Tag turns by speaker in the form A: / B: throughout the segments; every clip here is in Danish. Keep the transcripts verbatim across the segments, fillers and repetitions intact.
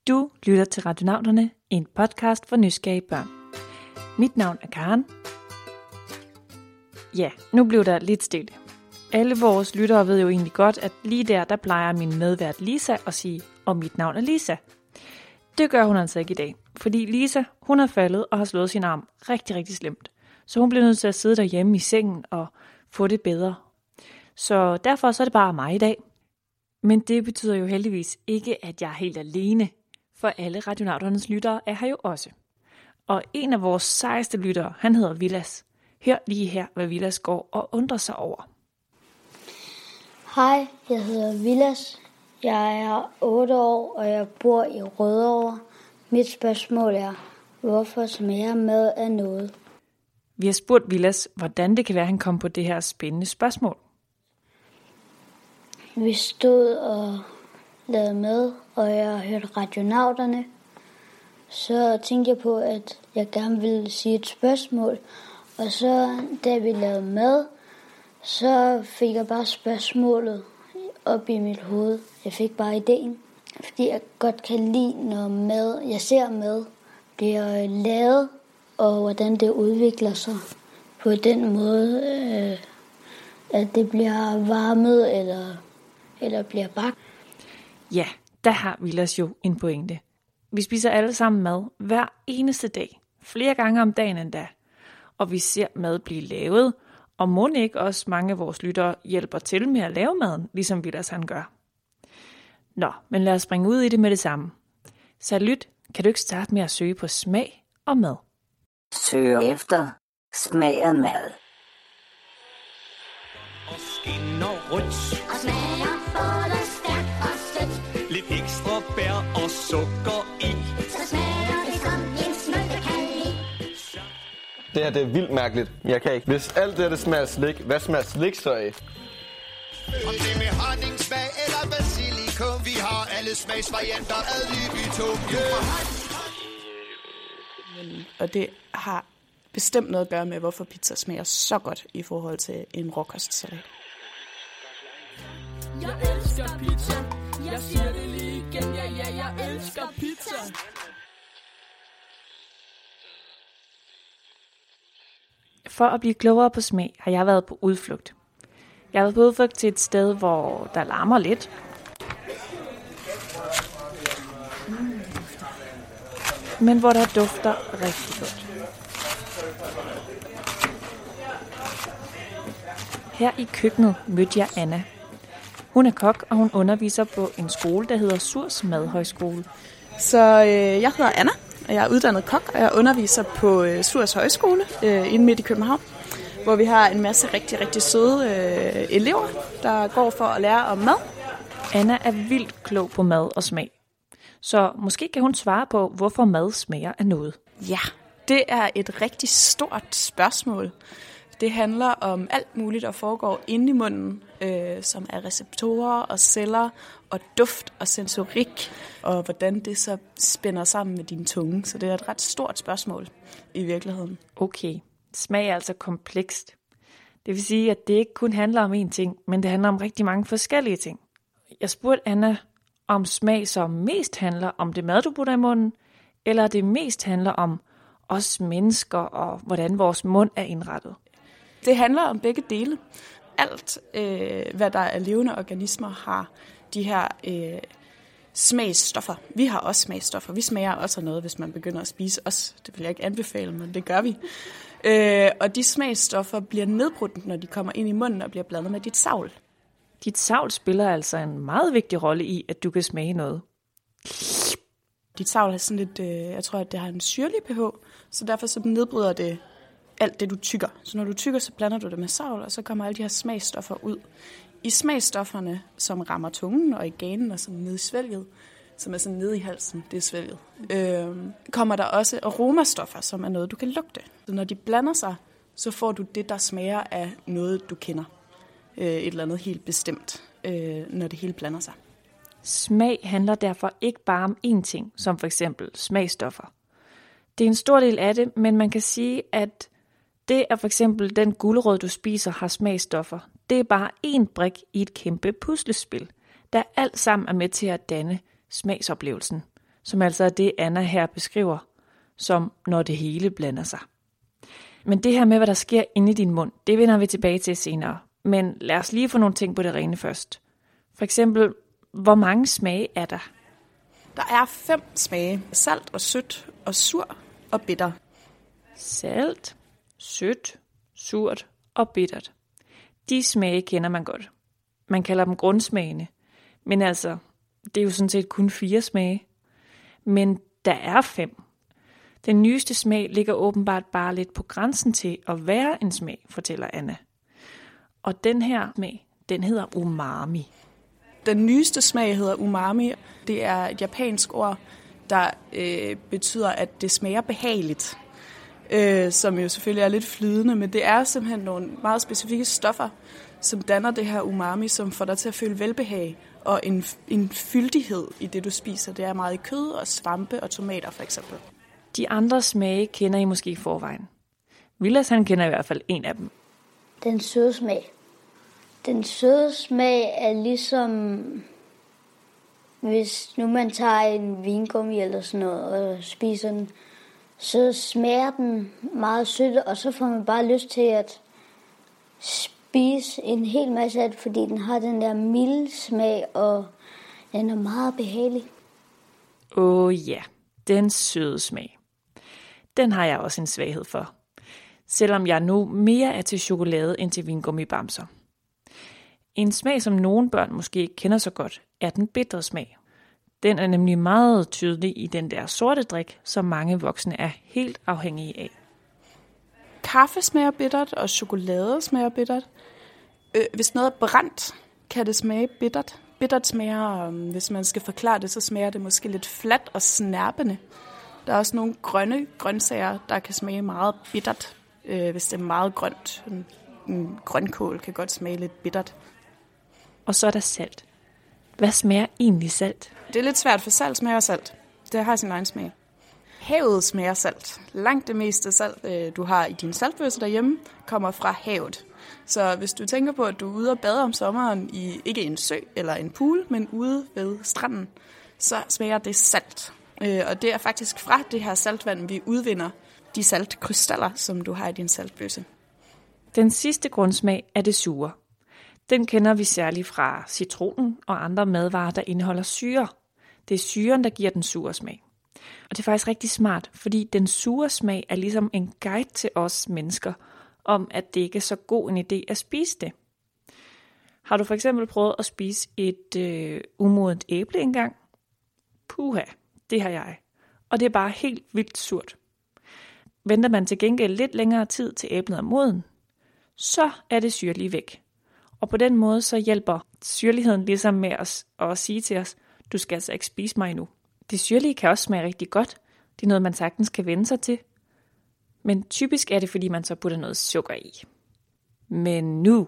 A: Du lytter til Radionauterne, en podcast for nysgerrige børn. Mit navn er Karen. Ja, nu blev der lidt stille. Alle vores lyttere ved jo egentlig godt, at lige der, der plejer min medvært Lisa at sige, og mit navn er Lisa. Det gør hun altså ikke i dag, fordi Lisa, hun er faldet og har slået sin arm rigtig, rigtig slemt. Så hun bliver nødt til at sidde derhjemme i sengen og få det bedre. Så derfor så er det bare mig i dag. Men det betyder jo heldigvis ikke, at jeg er helt alene, for alle Radionauternes lyttere er her jo også. Og en af vores sejeste lyttere, han hedder Vilas. Hør lige her, hvad Vilas går og undrer sig over.
B: Hej, jeg hedder Vilas. Jeg er otte år, og jeg bor i Rødovre. Mit spørgsmål er, hvorfor smager mad af noget?
A: Vi har spurgt Vilas, hvordan det kan være, at han kom på det her spændende spørgsmål.
B: Vi stod og lavede mad, og jeg hørte Radionauterne. Så tænkte jeg på, at jeg gerne ville sige et spørgsmål. Og så, da vi lavede mad, så fik jeg bare spørgsmålet op i mit hoved. Jeg fik bare ideen, fordi jeg godt kan lide, når mad, jeg ser mad, bliver lavet, og hvordan det udvikler sig på den måde, øh, at det bliver varmet eller, eller bliver bagt.
A: Ja, der har Vilas jo en pointe. Vi spiser alle sammen mad hver eneste dag, flere gange om dagen endda. Og vi ser mad blive lavet, og må ikke også mange af vores lyttere hjælper til med at lave maden, ligesom Vilas han gør. Nå, men lad os springe ud i det med det samme. Så lyt, kan du ikke starte med at søge på smag og mad?
C: Søg efter smag af mad.
D: Og skinner rødt.
E: Og smager både stærkt og sødt.
D: Lidt ekstra bær og sukker i.
E: Så smager det som en smølte kan lide.
F: Det her, det er vildt mærkeligt. Jeg kan ikke. Hvis alt det her, det smager slik, hvad smager slik så af?
G: Om det med honningsmag eller basilikum, vi har alle smagsvarianter ad libitum.
H: Men, og det har bestemt noget at gøre med, hvorfor pizza smager så godt i forhold til en råkostsalat.
I: Jeg elsker pizza. Jeg siger det lige igen. Ja, ja, jeg elsker pizza.
A: For at blive klogere på smag, har jeg været på udflugt. Jeg har været på udflugt til et sted, hvor der larmer lidt. Men hvor der dufter rigtig godt. Her i køkkenet mødte jeg Anna. Hun er kok, og hun underviser på en skole, der hedder Surs Madhøjskole.
H: Så øh, jeg hedder Anna, og jeg er uddannet kok, og jeg underviser på øh, Surs Højskole øh, inde midt i København, hvor vi har en masse rigtig, rigtig søde øh, elever, der går for at lære om mad.
A: Anna er vildt klog på mad og smag. Så måske kan hun svare på, hvorfor mad smager af noget.
H: Ja, det er et rigtig stort spørgsmål. Det handler om alt muligt, der foregår inde i munden, øh, som er receptorer og celler og duft og sensorik, og hvordan det så spænder sammen med din tunge. Så det er et ret stort spørgsmål i virkeligheden.
A: Okay, smag er altså komplekst. Det vil sige, at det ikke kun handler om én ting, men det handler om rigtig mange forskellige ting. Jeg spurgte Anna, om smag så mest handler om det mad, du putter i munden, eller det mest handler om os mennesker og hvordan vores mund er indrettet.
H: Det handler om begge dele. Alt, øh, hvad der er levende organismer, har de her øh, smagsstoffer. Vi har også smagsstoffer. Vi smager også af noget, hvis man begynder at spise os. Det vil jeg ikke anbefale, men det gør vi. Øh, og de smagsstoffer bliver nedbrudt, når de kommer ind i munden og bliver blandet med dit savl.
A: Dit savl spiller altså en meget vigtig rolle i, at du kan smage noget.
H: Dit savl er sådan lidt, øh, jeg tror, at det har en syrlig pH, så derfor så nedbryder det alt det, du tykker. Så når du tykker, så blander du det med savl, og så kommer alle de her smagsstoffer ud. I smagsstofferne, som rammer tungen og i ganen og sådan nede i svælget, som er sådan nede i halsen, det er svælget, øh, kommer der også aromastoffer, som er noget, du kan lugte. Så når de blander sig, så får du det, der smager af noget, du kender. Øh, et eller andet helt bestemt, øh, når det hele blander sig.
A: Smag handler derfor ikke bare om én ting, som for eksempel smagsstoffer. Det er en stor del af det, men man kan sige, at det er for eksempel den gulerod, du spiser, har smagsstoffer. Det er bare én brik i et kæmpe puslespil, der alt sammen er med til at danne smagsoplevelsen. som altså er det, Anna her beskriver, som når det hele blander sig. Men det her med, hvad der sker inde i din mund, det vender vi tilbage til senere. Men lad os lige få nogle ting på det rene først. For eksempel, hvor mange smage er der?
H: Der er fem smage. Salt og sødt og sur og bitter.
A: Salt, sødt, surt og bittert. De smage kender man godt. Man kalder dem grundsmagene. Men altså, det er jo sådan set kun fire smage. Men der er fem. Den nyeste smag ligger åbenbart bare lidt på grænsen til at være en smag, fortæller Anna. Og den her smag, den hedder umami.
H: Den nyeste smag hedder umami. Det er et japansk ord, der øh, betyder, at det smager behageligt. Øh, som jo selvfølgelig er lidt flydende, men det er simpelthen nogle meget specifikke stoffer, som danner det her umami, som får dig til at føle velbehag og en, en fyldighed i det, du spiser. Det er meget i kød og svampe og tomater for eksempel.
A: De andre smage kender I måske i forvejen. Vilas, han kender i hvert fald en af dem.
B: Den søde smag. Den søde smag er ligesom, hvis nu man tager en vingummi eller sådan noget og spiser den, så smager den meget sødt, og så får man bare lyst til at spise en hel masse af det, fordi den har den der milde smag, og den er meget behagelig.
A: Åh oh, ja, den søde smag. Den har jeg også en svaghed for. Selvom jeg nu mere er til chokolade end til vingummibamser. En smag, som nogle børn måske ikke kender så godt, er den bitre smag. Den er nemlig meget tydelig i den der sorte drik, som mange voksne er helt afhængige af.
H: Kaffe smager bittert, og chokolade smager bittert. Øh, hvis noget er brændt, kan det smage bittert. Bittert smager, hvis man skal forklare det, så smager det måske lidt fladt og snærpende. Der er også nogle grønne grøntsager, der kan smage meget bittert, øh, hvis det er meget grønt. En, en grønkål kan godt smage lidt bittert.
A: Og så er der salt. Hvad smager egentlig salt?
H: Det er lidt svært, for salt smager salt. Det har sin egen smag. Havet smager salt. Langt det meste salt, du har i din saltbøsse derhjemme, kommer fra havet. Så hvis du tænker på, at du er ude og bade om sommeren i ikke en sø eller en pool, men ude ved stranden, så smager det salt. Og det er faktisk fra det her saltvand, vi udvinder de saltkrystaller, som du har i din saltbøsse.
A: Den sidste grundsmag er det sure. Den kender vi særligt fra citronen og andre madvarer, der indeholder syre. Det er syren, der giver den sure smag. Og det er faktisk rigtig smart, fordi den sure smag er ligesom en guide til os mennesker, om at det ikke er så god en idé at spise det. Har du for eksempel prøvet at spise et øh, umodent æble engang? Puha, det har jeg. Og det er bare helt vildt surt. Venter man til gengæld lidt længere tid til æblet er moden, så er det syrlige væk. Og på den måde så hjælper syrligheden ligesom med os at sige til os, du skal altså ikke spise mig endnu. Det syrlige kan også smage rigtig godt. Det er noget, man sagtens kan vende sig til. Men typisk er det, fordi man så putter noget sukker i. Men nu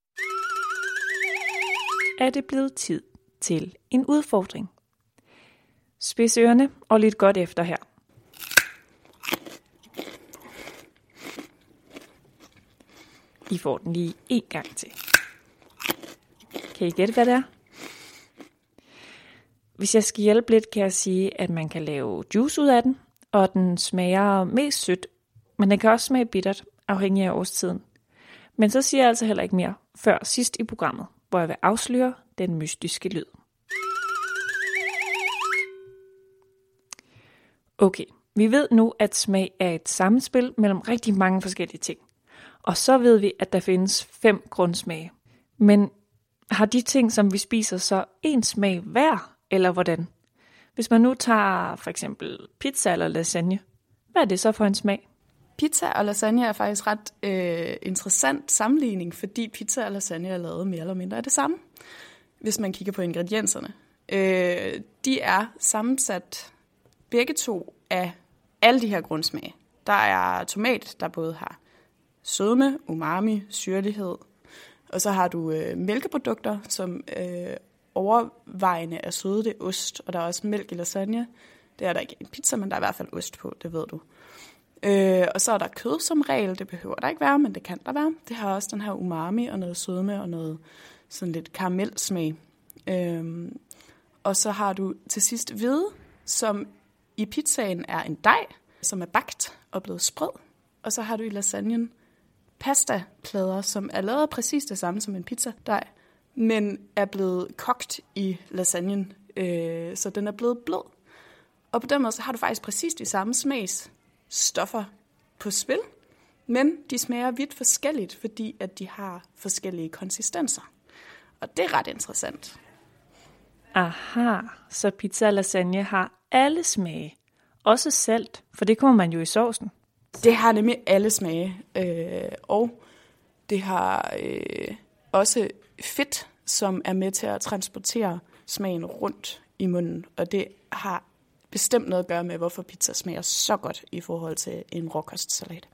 A: er det blevet tid til en udfordring. Spids ørerne og lidt godt efter her. I får den lige en gang til. Kan I gætte, hvad det er? Hvis jeg skal hjælpe lidt, kan jeg sige, at man kan lave juice ud af den, og den smager mest sødt, men den kan også smage bittert, afhængig af årstiden. Men så siger jeg altså heller ikke mere, før sidst i programmet, hvor jeg vil afsløre den mystiske lyd. Okay, vi ved nu, at smag er et sammenspil mellem rigtig mange forskellige ting. Og så ved vi, at der findes fem grundsmage. Men har de ting, som vi spiser, så en smag hver, eller hvordan? Hvis man nu tager for eksempel pizza eller lasagne, hvad er det så for en smag?
H: Pizza og lasagne er faktisk ret øh, interessant sammenligning, fordi pizza og lasagne er lavet mere eller mindre af det samme, hvis man kigger på ingredienserne. Øh, de er sammensat begge to af alle de her grundsmage. Der er tomat, der både har sødme, umami, syrlighed, og så har du øh, mælkeprodukter, som øh, overvejende er søde, det er ost, og der er også mælk i lasagne. Det er der ikke i en pizza, men der er i hvert fald ost på, det ved du. Øh, og så er der kød som regel, det behøver der ikke være, men det kan der være. Det har også den her umami og noget sødme og noget sådan lidt karamelsmag. Øh, og så har du til sidst hvede, som i pizzaen er en dej, som er bagt og blevet sprød. Og så har du i lasagnen pastaplader, som er lavet præcis det samme som en pizzadej, men er blevet kogt i lasagnen, øh, så den er blevet blød. Og på den måde så har du faktisk præcis de samme smagsstoffer på spil, men de smager vidt forskelligt, fordi at de har forskellige konsistenser. Og det er ret interessant.
A: Aha, så pizza og lasagne har alle smage. Også salt, for det kommer man jo i sovsen.
H: Det har nemlig alle smage, øh, og det har øh, også fedt, som er med til at transportere smagen rundt i munden. Og det har bestemt noget at gøre med, hvorfor pizza smager så godt i forhold til en råkostsalat.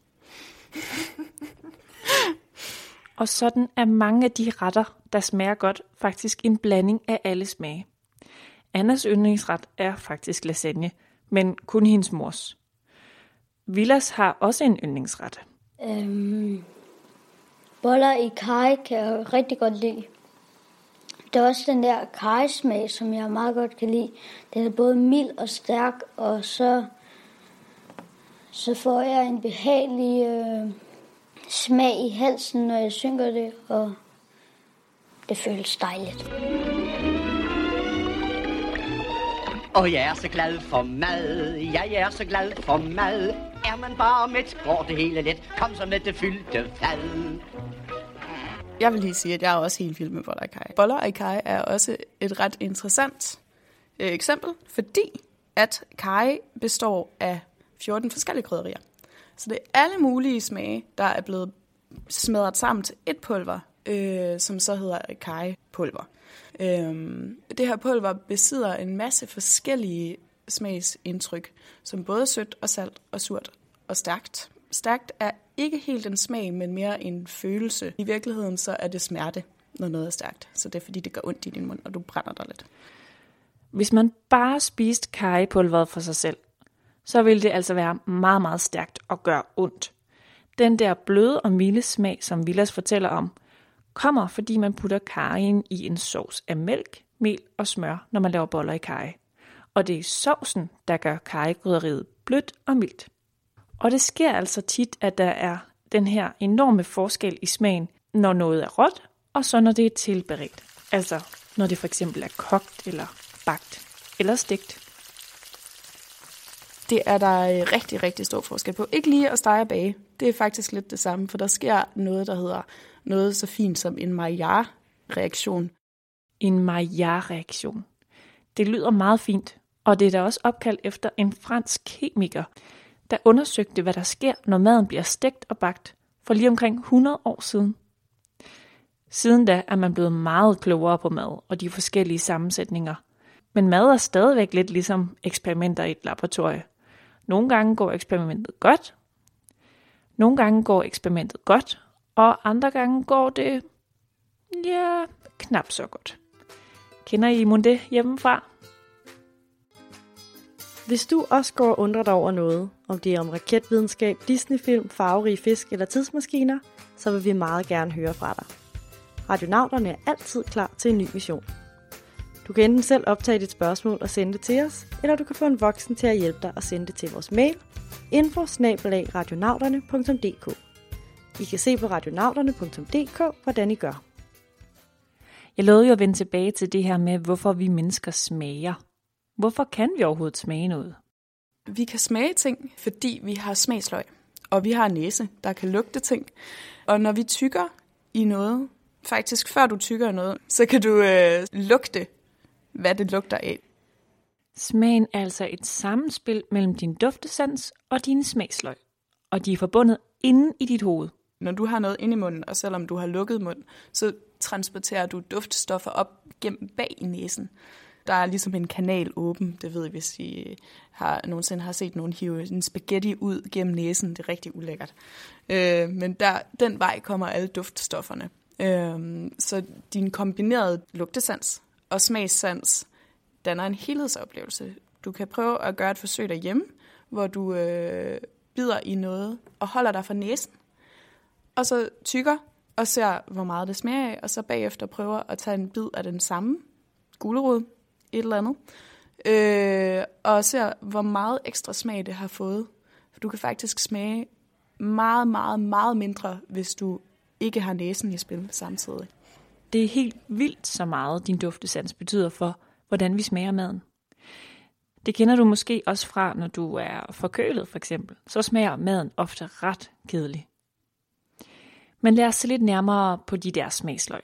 A: Og sådan er mange af de retter, der smager godt, faktisk en blanding af alle smage. Annas yndlingsret er faktisk lasagne, men kun hendes mors. Vilas har også en yndlingsret.
B: Øhm, boller i karry kan jeg rigtig godt lide. Der er også den der karrysmag, som jeg meget godt kan lide. Den er både mild og stærk, og så, så får jeg en behagelig øh, smag i halsen, når jeg synker det, og det føles dejligt.
J: Og jeg er så glad for mad, ja, jeg er så glad for mad. Er man bare med, går det hele let, kom så med det fyldte fad.
H: Jeg vil lige sige, at jeg er også helt vild med boller i karry. Boller i karry er også et ret interessant øh, eksempel, fordi at karry består af fjorten forskellige krydderier. Så det er alle mulige smage, der er blevet smadret sammen til et pulver, øh, som så hedder karrypulver. Øhm, det her pulver besidder en masse forskellige smagsindtryk, som både sødt og salt og surt og stærkt. Stærkt er ikke helt en smag, men mere en følelse. I virkeligheden så er det smerte, når noget er stærkt. Så det er fordi, det gør ondt i din mund, og du brænder dig lidt.
A: Hvis man bare spiste karrypulveret for sig selv, så ville det altså være meget, meget stærkt og gøre ondt. Den der bløde og milde smag, som Vilas fortæller om, kommer, fordi man putter karryen i en sovs af mælk, mel og smør, når man laver boller i karry. Og det er sovsen, der gør karrykrydderiet blødt og mildt. Og det sker altså tit, at der er den her enorme forskel i smagen, når noget er råt, og så når det er tilberedt. Altså når det for eksempel er kogt, eller bagt, eller stegt.
H: Det er der rigtig, rigtig stor forskel på. Ikke lige at stege og bage. Det er faktisk lidt det samme, for der sker noget, der hedder noget så fint som en Maillard-reaktion.
A: En Maillard-reaktion. Det lyder meget fint, og det er da også opkaldt efter en fransk kemiker, der undersøgte, hvad der sker, når maden bliver stegt og bagt for lige omkring hundrede år siden. Siden da er man blevet meget klogere på mad og de forskellige sammensætninger. Men mad er stadigvæk lidt ligesom eksperimenter i et laboratorie. Nogle gange går eksperimentet godt, nogle gange går eksperimentet godt, og andre gange går det, ja, knap så godt. Kender I mon det hjemmefra?
K: Hvis du også går og undrer dig over noget, om det er om raketvidenskab, Disney-film, farverige fisk eller tidsmaskiner, så vil vi meget gerne høre fra dig. Radionauterne er altid klar til en ny mission. Du kan enten selv optage dit spørgsmål og sende det til os, eller du kan få en voksen til at hjælpe dig og sende det til vores mail info snabel-a radionauterne punktum d k. I kan se på radionauterne punktum d k, hvordan I gør.
A: Jeg lovede jo at vende tilbage til det her med, hvorfor vi mennesker smager. Hvorfor kan vi overhovedet smage noget?
H: Vi kan smage ting, fordi vi har smagsløg, og vi har en næse, der kan lugte ting. Og når vi tykker i noget, faktisk før du tykker i noget, så kan du øh, lugte, hvad det lugter af.
A: Smagen er altså et sammenspil mellem din duftesans og din smagsløg, og de er forbundet inde i dit hoved.
H: Når du har noget inde i munden, og selvom du har lukket mund, så transporterer du duftstoffer op gennem bag i næsen. Der er ligesom en kanal åben, det ved I, hvis I har, nogensinde har set nogen hive en spaghetti ud gennem næsen. Det er rigtig ulækkert. Øh, men der, den vej kommer alle duftstofferne. Øh, så din kombinerede lugtesans og smagssans danner en helhedsoplevelse. Du kan prøve at gøre et forsøg derhjemme, hvor du øh, bider i noget og holder dig for næsen, og så tykker og ser, hvor meget det smager af, og så bagefter prøver at tage en bid af den samme gulerod, et eller andet, øh, og ser, hvor meget ekstra smag det har fået. For du kan faktisk smage meget, meget, meget mindre, hvis du ikke har næsen i spil samtidig.
A: Det er helt vildt så meget, din duftesans betyder for, hvordan vi smager maden. Det kender du måske også fra, når du er forkølet for eksempel. Så smager maden ofte ret kedelig. Men lad os se lidt nærmere på de der smagsløg.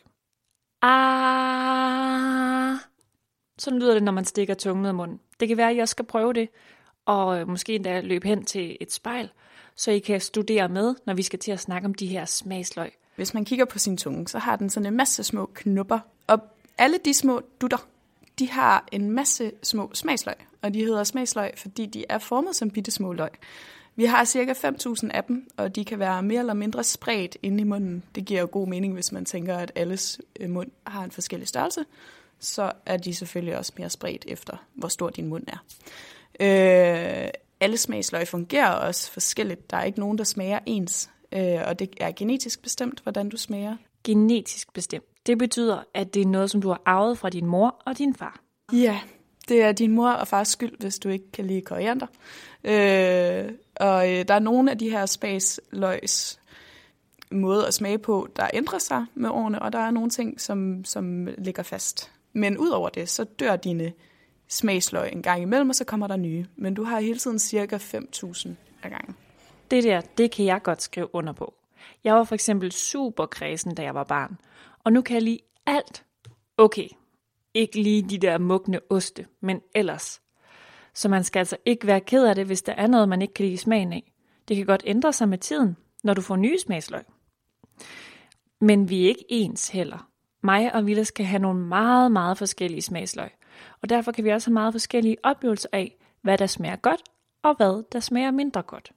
A: Ah! Sådan lyder det, når man stikker tungen ud af munden. Det kan være, at jeg skal prøve det, og måske endda løbe hen til et spejl, så I kan studere med, når vi skal til at snakke om de her smagsløg.
H: Hvis man kigger på sin tunge, så har den sådan en masse små knupper. Og alle de små dutter, de har en masse små smagsløg. Og de hedder smagsløg, fordi de er formet som bitte små løg. Vi har cirka fem tusind af dem, og de kan være mere eller mindre spredt inde i munden. Det giver jo god mening, hvis man tænker, at alles mund har en forskellig størrelse. Så er de selvfølgelig også mere spredt efter, hvor stor din mund er. Øh, alle smagsløg fungerer også forskelligt. Der er ikke nogen, der smager ens. Øh, og det er genetisk bestemt, hvordan du smager.
A: Genetisk bestemt. Det betyder, at det er noget, som du har arvet fra din mor og din far.
H: Ja, det er din mor og fars skyld, hvis du ikke kan lide koriander. Øh, og øh, der er nogle af de her smagsløgs måde at smage på, der ændrer sig med årene, og der er nogle ting, som, som ligger fast. Men udover det, så dør dine smagsløg en gang imellem, og så kommer der nye. Men du har hele tiden cirka fem tusind ad gangen.
A: Det der, det kan jeg godt skrive under på. Jeg var for eksempel super kræsen, da jeg var barn. Og nu kan jeg lide alt. Okay, ikke lige de der mugne oste, men ellers. Så man skal altså ikke være ked af det, hvis der er noget, man ikke kan lide smagen af. Det kan godt ændre sig med tiden, når du får nye smagsløg. Men vi er ikke ens heller. Mig og Vilas kan have nogle meget, meget forskellige smagsløg. Og derfor kan vi også have meget forskellige oplevelser af, hvad der smager godt, og hvad der smager mindre godt.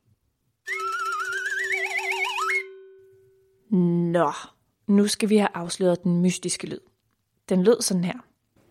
A: Nå, nu skal vi have afsløret den mystiske lyd. Den lød sådan her.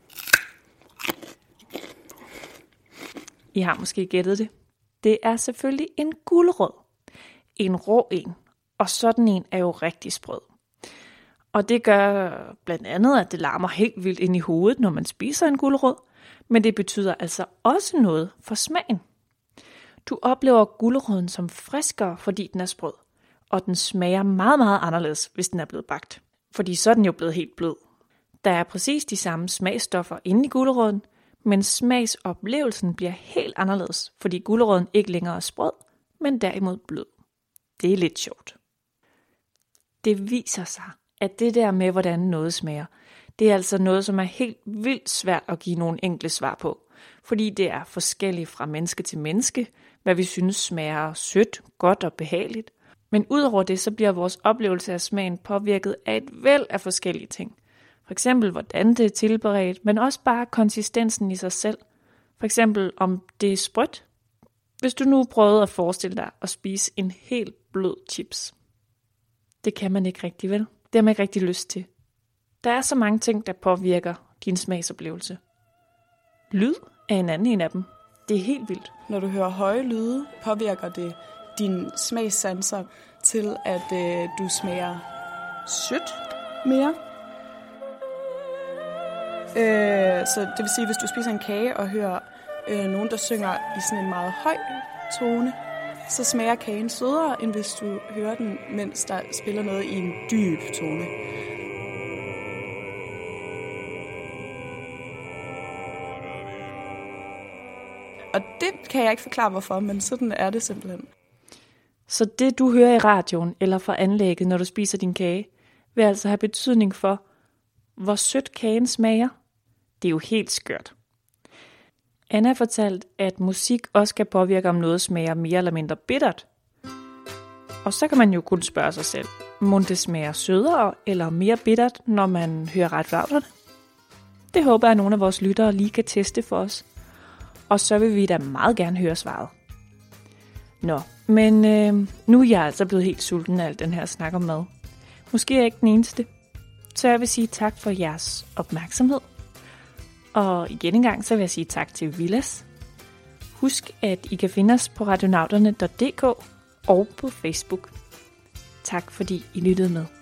A: I har måske gættet det. Det er selvfølgelig en gulerod. En rå en. Og sådan en er jo rigtig sprød. Og det gør blandt andet, at det larmer helt vildt ind i hovedet, når man spiser en gulerod. Men det betyder altså også noget for smagen. Du oplever guleroden som friskere, fordi den er sprød. Og den smager meget, meget anderledes, hvis den er blevet bagt. Fordi så er den jo blevet helt blød. Der er præcis de samme smagsstoffer inde i guleroden, men smagsoplevelsen bliver helt anderledes, fordi guleroden ikke længere er sprød, men derimod blød. Det er lidt sjovt. Det viser sig, at det der med, hvordan noget smager, det er altså noget, som er helt vildt svært at give nogle enkle svar på. Fordi det er forskelligt fra menneske til menneske, hvad vi synes smager sødt, godt og behageligt. Men udover det, så bliver vores oplevelse af smagen påvirket af et væld af forskellige ting. For eksempel, hvordan det er tilberedt, men også bare konsistensen i sig selv. For eksempel, om det er sprødt. Hvis du nu prøvede at forestille dig at spise en helt blød chips. Det kan man ikke rigtig, vel? Det har man ikke rigtig lyst til. Der er så mange ting, der påvirker din smagsoplevelse. Lyd er en anden en af dem. Det er helt vildt.
H: Når du hører høje lyde, påvirker det dine smagssanser til, at øh, du smager sødt mere. Øh, så det vil sige, hvis du spiser en kage og hører øh, nogen, der synger i sådan en meget høj tone, så smager kagen sødere, end hvis du hører den, mens der spiller noget i en dyb tone. Og det kan jeg ikke forklare, hvorfor, men sådan er det simpelthen.
A: Så det, du hører i radioen eller fra anlægget, når du spiser din kage, vil altså have betydning for, hvor sødt kagen smager. Det er jo helt skørt. Anna har fortalt, at musik også kan påvirke, om noget smager mere eller mindre bittert. Og så kan man jo kun spørge sig selv, må det smager sødere eller mere bittert, når man hører radionauterne? Det håber jeg, at nogle af vores lyttere lige kan teste for os. Og så vil vi da meget gerne høre svaret. Nå, men øh, nu er jeg altså blevet helt sulten af al den her snak om mad. Måske er jeg ikke den eneste. Så jeg vil sige tak for jeres opmærksomhed. Og igen en gang, så vil jeg sige tak til Vilas. Husk, at I kan finde os på radionauterne punktum d k og på Facebook. Tak fordi I lyttede med.